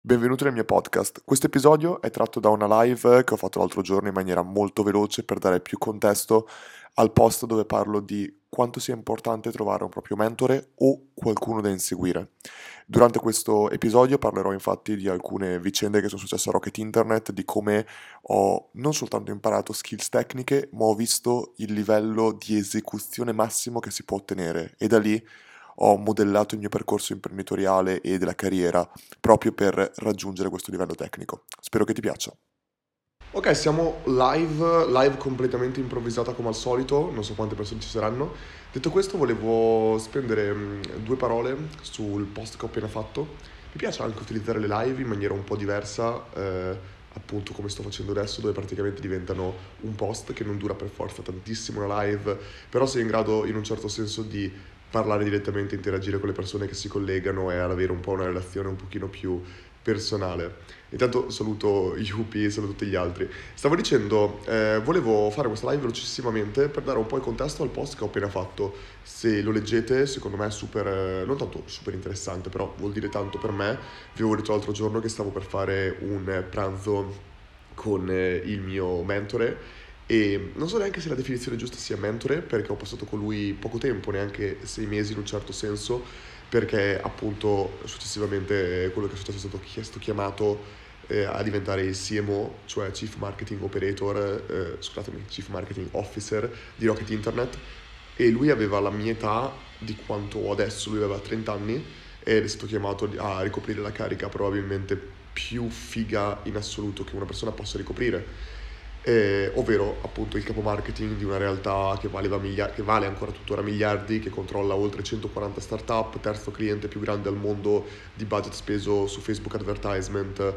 Benvenuto nel mio podcast. Questo episodio è tratto da una live che ho fatto l'altro giorno in maniera molto veloce per dare più contesto al post dove parlo di quanto sia importante trovare un proprio mentore o qualcuno da inseguire. Durante questo episodio parlerò infatti di alcune vicende che sono successe a Rocket Internet, di come ho non soltanto imparato skills tecniche, ma ho visto il livello di esecuzione massimo che si può ottenere e da lì ho modellato il mio percorso imprenditoriale e della carriera proprio per raggiungere questo livello tecnico. Spero che ti piaccia. Ok, siamo live completamente improvvisata come al solito, non so quante persone ci saranno. Detto questo, volevo spendere due parole sul post che ho appena fatto. Mi piace anche utilizzare le live in maniera un po' diversa, appunto come sto facendo adesso, dove praticamente diventano un post che non dura per forza tantissimo una live, però sei in grado in un certo senso di parlare direttamente, interagire con le persone che si collegano e ad avere un po' una relazione un pochino più personale. Intanto saluto Yupi e saluto tutti gli altri. Stavo dicendo, volevo fare questa live velocissimamente per dare un po' il contesto al post che ho appena fatto. Se lo leggete, secondo me è super, non tanto super interessante, però vuol dire tanto per me. Vi avevo detto l'altro giorno che stavo per fare un pranzo con il mio mentore e non so neanche se la definizione giusta sia mentore, perché ho passato con lui poco tempo, neanche 6 mesi in un certo senso, perché appunto successivamente quello che è successo è stato chiamato a diventare il CMO, cioè Chief Marketing Operator, Chief Marketing Officer di Rocket Internet, e lui aveva la mia età di quanto ho adesso, lui aveva 30 anni ed è stato chiamato a ricoprire la carica probabilmente più figa in assoluto che una persona possa ricoprire, ovvero appunto il capo marketing di una realtà che vale ancora tuttora miliardi, che controlla oltre 140 startup, terzo cliente più grande al mondo di budget speso su Facebook advertisement,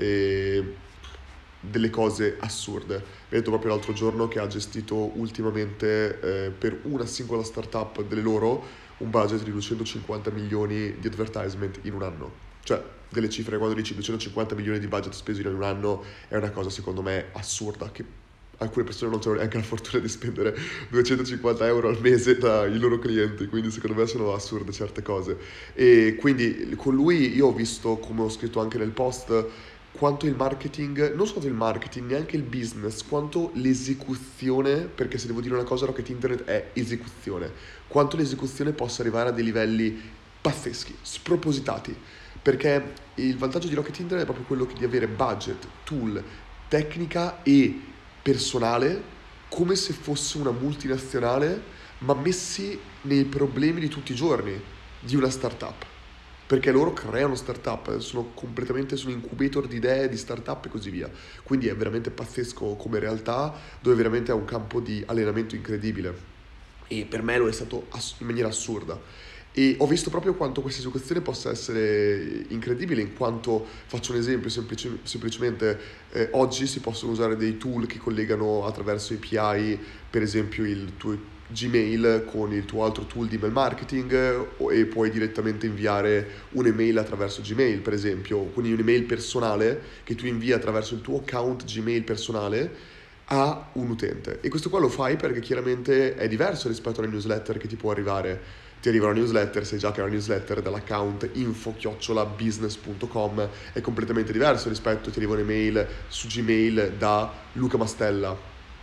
e delle cose assurde. Vedo proprio l'altro giorno che ha gestito ultimamente per una singola startup delle loro un budget di 250 milioni di advertisement in un anno. Cioè, delle cifre, quando dici 250 milioni di budget spesi in un anno, è una cosa secondo me assurda, che alcune persone non hanno neanche la fortuna di spendere 250 euro al mese dai loro clienti, quindi secondo me sono assurde certe cose. E quindi con lui io ho visto, come ho scritto anche nel post, quanto il marketing, non solo il marketing, neanche il business, quanto l'esecuzione, perché se devo dire una cosa, Rocket Internet è esecuzione, quanto l'esecuzione possa arrivare a dei livelli pazzeschi, spropositati, perché il vantaggio di Rocket Internet è proprio quello di avere budget, tool, tecnica e personale come se fosse una multinazionale, ma messi nei problemi di tutti i giorni di una startup. Perché loro creano startup, sono incubator di idee, di startup e così via. Quindi è veramente pazzesco come realtà, dove veramente ha un campo di allenamento incredibile. E per me lo è stato in maniera assurda. E ho visto proprio quanto questa educazione possa essere incredibile, in quanto, faccio un esempio, semplicemente oggi si possono usare dei tool che collegano attraverso API, per esempio il tuo Gmail con il tuo altro tool di email marketing, e puoi direttamente inviare un'email attraverso Gmail, per esempio, quindi un'email personale che tu invii attraverso il tuo account Gmail personale a un utente. E questo qua lo fai perché chiaramente è diverso rispetto alla newsletter che ti può arrivare. Ti arriva una newsletter, sai già che è una newsletter dall'account info@business.com, è completamente diverso rispetto, ti arriva un'email su Gmail da Luca Mastella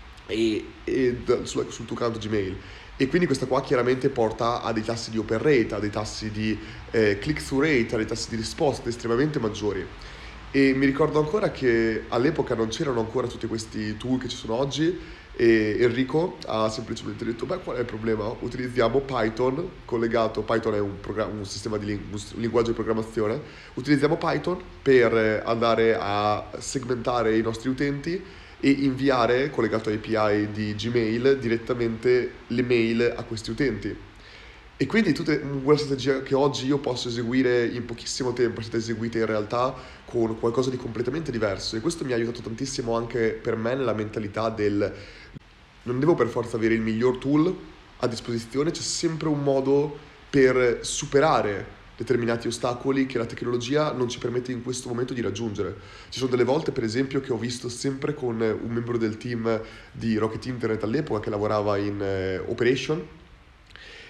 sul tuo account Gmail. E quindi questa qua chiaramente porta a dei tassi di open rate, a dei tassi di click-through rate, a dei tassi di risposta estremamente maggiori. E mi ricordo ancora che all'epoca non c'erano ancora tutti questi tool che ci sono oggi e Enrico ha semplicemente detto, beh, qual è il problema? Utilizziamo Python, Python è un sistema un linguaggio di programmazione, utilizziamo Python per andare a segmentare i nostri utenti e inviare, collegato a API di Gmail, direttamente le mail a questi utenti. E quindi quella strategia che oggi io posso eseguire in pochissimo tempo è stata eseguita in realtà con qualcosa di completamente diverso, e questo mi ha aiutato tantissimo anche per me nella mentalità del non devo per forza avere il miglior tool a disposizione, c'è sempre un modo per superare determinati ostacoli che la tecnologia non ci permette in questo momento di raggiungere. Ci sono delle volte, per esempio, che ho visto sempre con un membro del team di Rocket Internet all'epoca che lavorava in operation,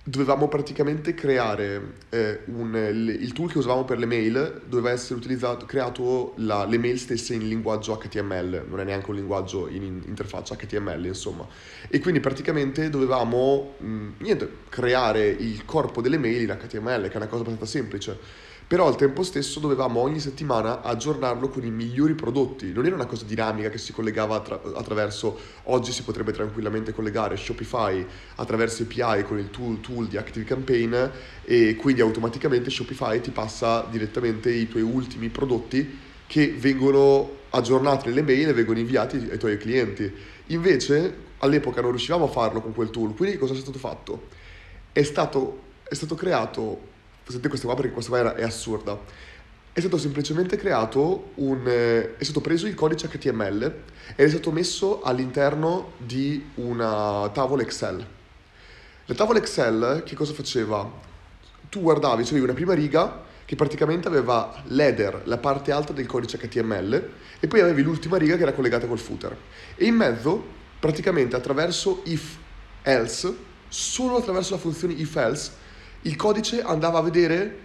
dovevamo praticamente creare il tool che usavamo per le mail doveva essere creato le mail stesse in linguaggio HTML, non è neanche un linguaggio in interfaccia HTML, insomma. E quindi praticamente dovevamo creare il corpo delle mail in HTML, che è una cosa abbastanza semplice. Però al tempo stesso dovevamo ogni settimana aggiornarlo con i migliori prodotti. Non era una cosa dinamica che si collegava attraverso, oggi si potrebbe tranquillamente collegare Shopify attraverso API con il tool di ActiveCampaign e quindi automaticamente Shopify ti passa direttamente i tuoi ultimi prodotti che vengono aggiornati nelle mail e vengono inviati ai tuoi clienti. Invece all'epoca non riuscivamo a farlo con quel tool, quindi cosa è stato fatto? È stato creato, sentite questa qua perché questa qua è assurda, è stato semplicemente creato è stato preso il codice HTML ed è stato messo all'interno di una tavola Excel. La tavola Excel che cosa faceva? Tu guardavi, c'avevi una prima riga che praticamente aveva l'header, la parte alta del codice HTML, e poi avevi l'ultima riga che era collegata col footer. E in mezzo, praticamente attraverso if else, solo attraverso la funzione if else, il codice andava a vedere,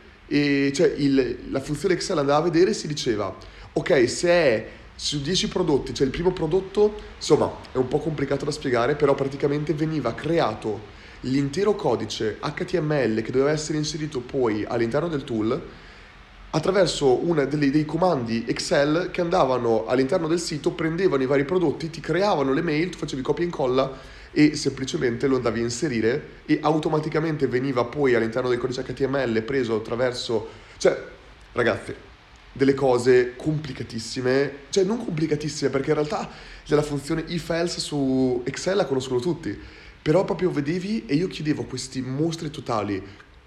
la funzione Excel andava a vedere e si diceva, ok, se è su 10 prodotti, cioè il primo prodotto, insomma, è un po' complicato da spiegare, però praticamente veniva creato l'intero codice HTML che doveva essere inserito poi all'interno del tool attraverso dei comandi Excel che andavano all'interno del sito, prendevano i vari prodotti, ti creavano le mail, tu facevi copia e incolla e semplicemente lo andavi a inserire e automaticamente veniva poi all'interno del codice HTML preso attraverso... Cioè, ragazzi, delle cose complicatissime, cioè non complicatissime perché in realtà la funzione if else su Excel la conoscono tutti, però proprio vedevi e io chiedevo a questi mostri totali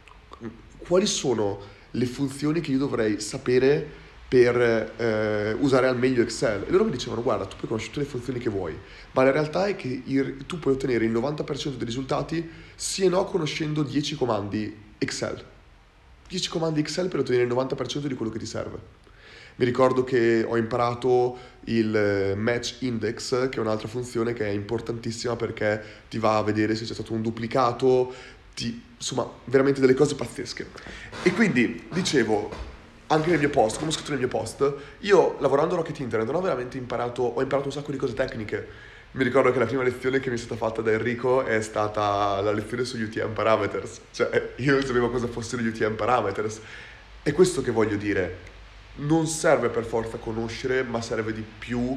quali sono le funzioni che io dovrei sapere per usare al meglio Excel. E loro mi dicevano, guarda, tu puoi conoscere tutte le funzioni che vuoi, ma la realtà è che tu puoi ottenere il 90% dei risultati sì e no conoscendo 10 comandi Excel. 10 comandi Excel per ottenere il 90% di quello che ti serve. Mi ricordo che ho imparato il Match Index, che è un'altra funzione che è importantissima perché ti va a vedere se c'è stato un duplicato, insomma, veramente delle cose pazzesche. E quindi, dicevo, anche nel mio post, come ho scritto nel mio post, io lavorando a Rocket Internet non ho veramente ho imparato un sacco di cose tecniche. Mi ricordo che la prima lezione che mi è stata fatta da Enrico è stata la lezione sugli UTM parameters. Cioè, io non sapevo cosa fossero gli UTM parameters. È questo che voglio dire. Non serve per forza conoscere, ma serve di più.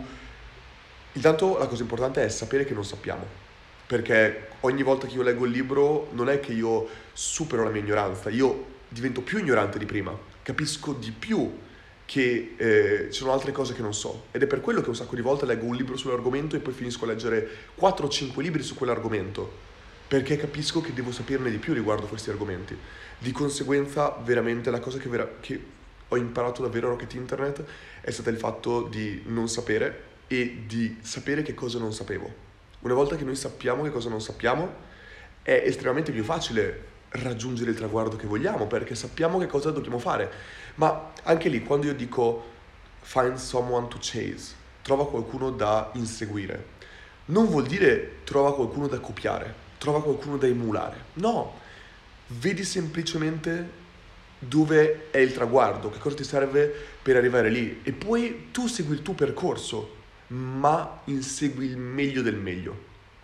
Intanto la cosa importante è sapere che non sappiamo, perché ogni volta che io leggo il libro non è che io supero la mia ignoranza, io divento più ignorante di prima, capisco di più che ci sono altre cose che non so, ed è per quello che un sacco di volte leggo un libro sull'argomento e poi finisco a leggere 4 o 5 libri su quell'argomento, perché capisco che devo saperne di più riguardo questi argomenti. Di conseguenza, veramente la cosa che ho imparato davvero a Rocket Internet è stato il fatto di non sapere e di sapere che cosa non sapevo. Una volta che noi sappiamo che cosa non sappiamo, è estremamente più facile raggiungere il traguardo che vogliamo, perché sappiamo che cosa dobbiamo fare. Ma anche lì, quando io dico find someone to chase, trova qualcuno da inseguire, non vuol dire trova qualcuno da copiare, trova qualcuno da emulare. No, vedi semplicemente dove è il traguardo, che cosa ti serve per arrivare lì e poi tu segui il tuo percorso, ma insegui il meglio del meglio.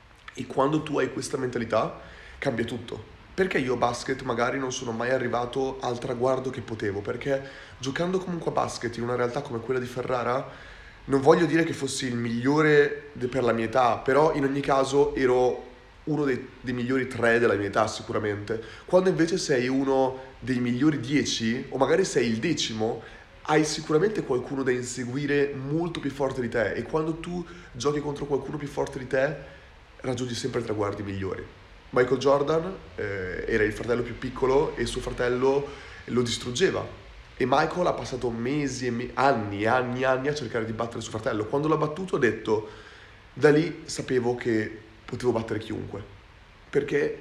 E quando tu hai questa mentalità cambia tutto. Perché io a basket magari non sono mai arrivato al traguardo che potevo? Perché giocando comunque a basket in una realtà come quella di Ferrara, non voglio dire che fossi il migliore per la mia età, però in ogni caso ero uno dei migliori 3 della mia età sicuramente. Quando invece sei uno dei migliori 10 o magari sei il decimo, hai sicuramente qualcuno da inseguire molto più forte di te e quando tu giochi contro qualcuno più forte di te raggiungi sempre traguardi migliori. Michael Jordan era il fratello più piccolo e suo fratello lo distruggeva e Michael ha passato mesi e anni e anni e anni a cercare di battere suo fratello. Quando l'ha battuto ha detto, da lì sapevo che potevo battere chiunque, perché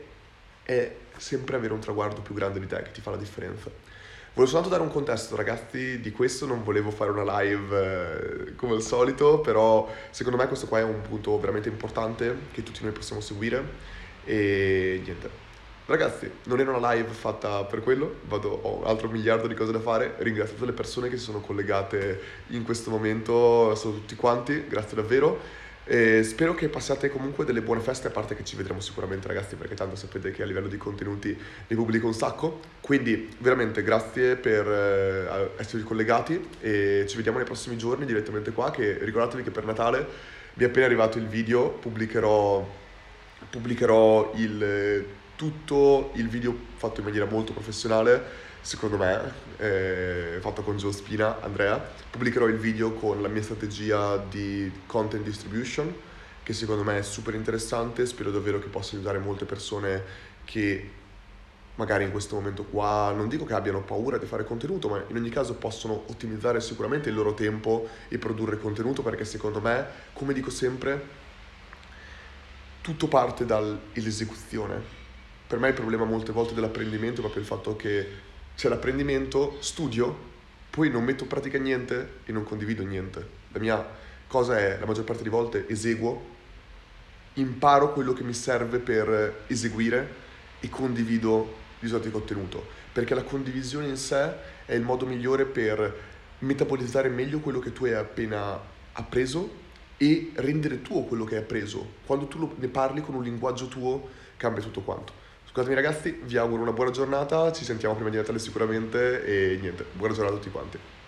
è sempre avere un traguardo più grande di te che ti fa la differenza. Volevo soltanto dare un contesto, ragazzi, di questo, non volevo fare una live come al solito, però secondo me questo qua è un punto veramente importante che tutti noi possiamo seguire e niente. Ragazzi, non era una live fatta per quello, ho un altro miliardo di cose da fare, ringrazio tutte le persone che si sono collegate in questo momento, sono tutti quanti, grazie davvero. E spero che passiate comunque delle buone feste, a parte che ci vedremo sicuramente ragazzi, perché tanto sapete che a livello di contenuti ne pubblico un sacco. Quindi veramente grazie per esservi collegati e ci vediamo nei prossimi giorni direttamente qua, che ricordatevi che per Natale mi è appena arrivato il video, pubblicherò tutto il video fatto in maniera molto professionale, secondo me, fatto con Joe Spina, Andrea. Pubblicherò il video con la mia strategia di content distribution, che secondo me è super interessante. Spero davvero che possa aiutare molte persone che magari in questo momento qua, non dico che abbiano paura di fare contenuto, ma in ogni caso possono ottimizzare sicuramente il loro tempo e produrre contenuto, perché secondo me, come dico sempre, tutto parte dall'esecuzione. Per me il problema molte volte dell'apprendimento è proprio il fatto che c'è l'apprendimento, studio, poi non metto in pratica niente e non condivido niente. La mia cosa è, la maggior parte di volte, eseguo, imparo quello che mi serve per eseguire e condivido i risultati di contenuto, perché la condivisione in sé è il modo migliore per metabolizzare meglio quello che tu hai appena appreso e rendere tuo quello che hai appreso. Quando ne parli con un linguaggio tuo, cambia tutto quanto. Scusatemi ragazzi, vi auguro una buona giornata, ci sentiamo prima di Natale sicuramente e niente, buona giornata a tutti quanti.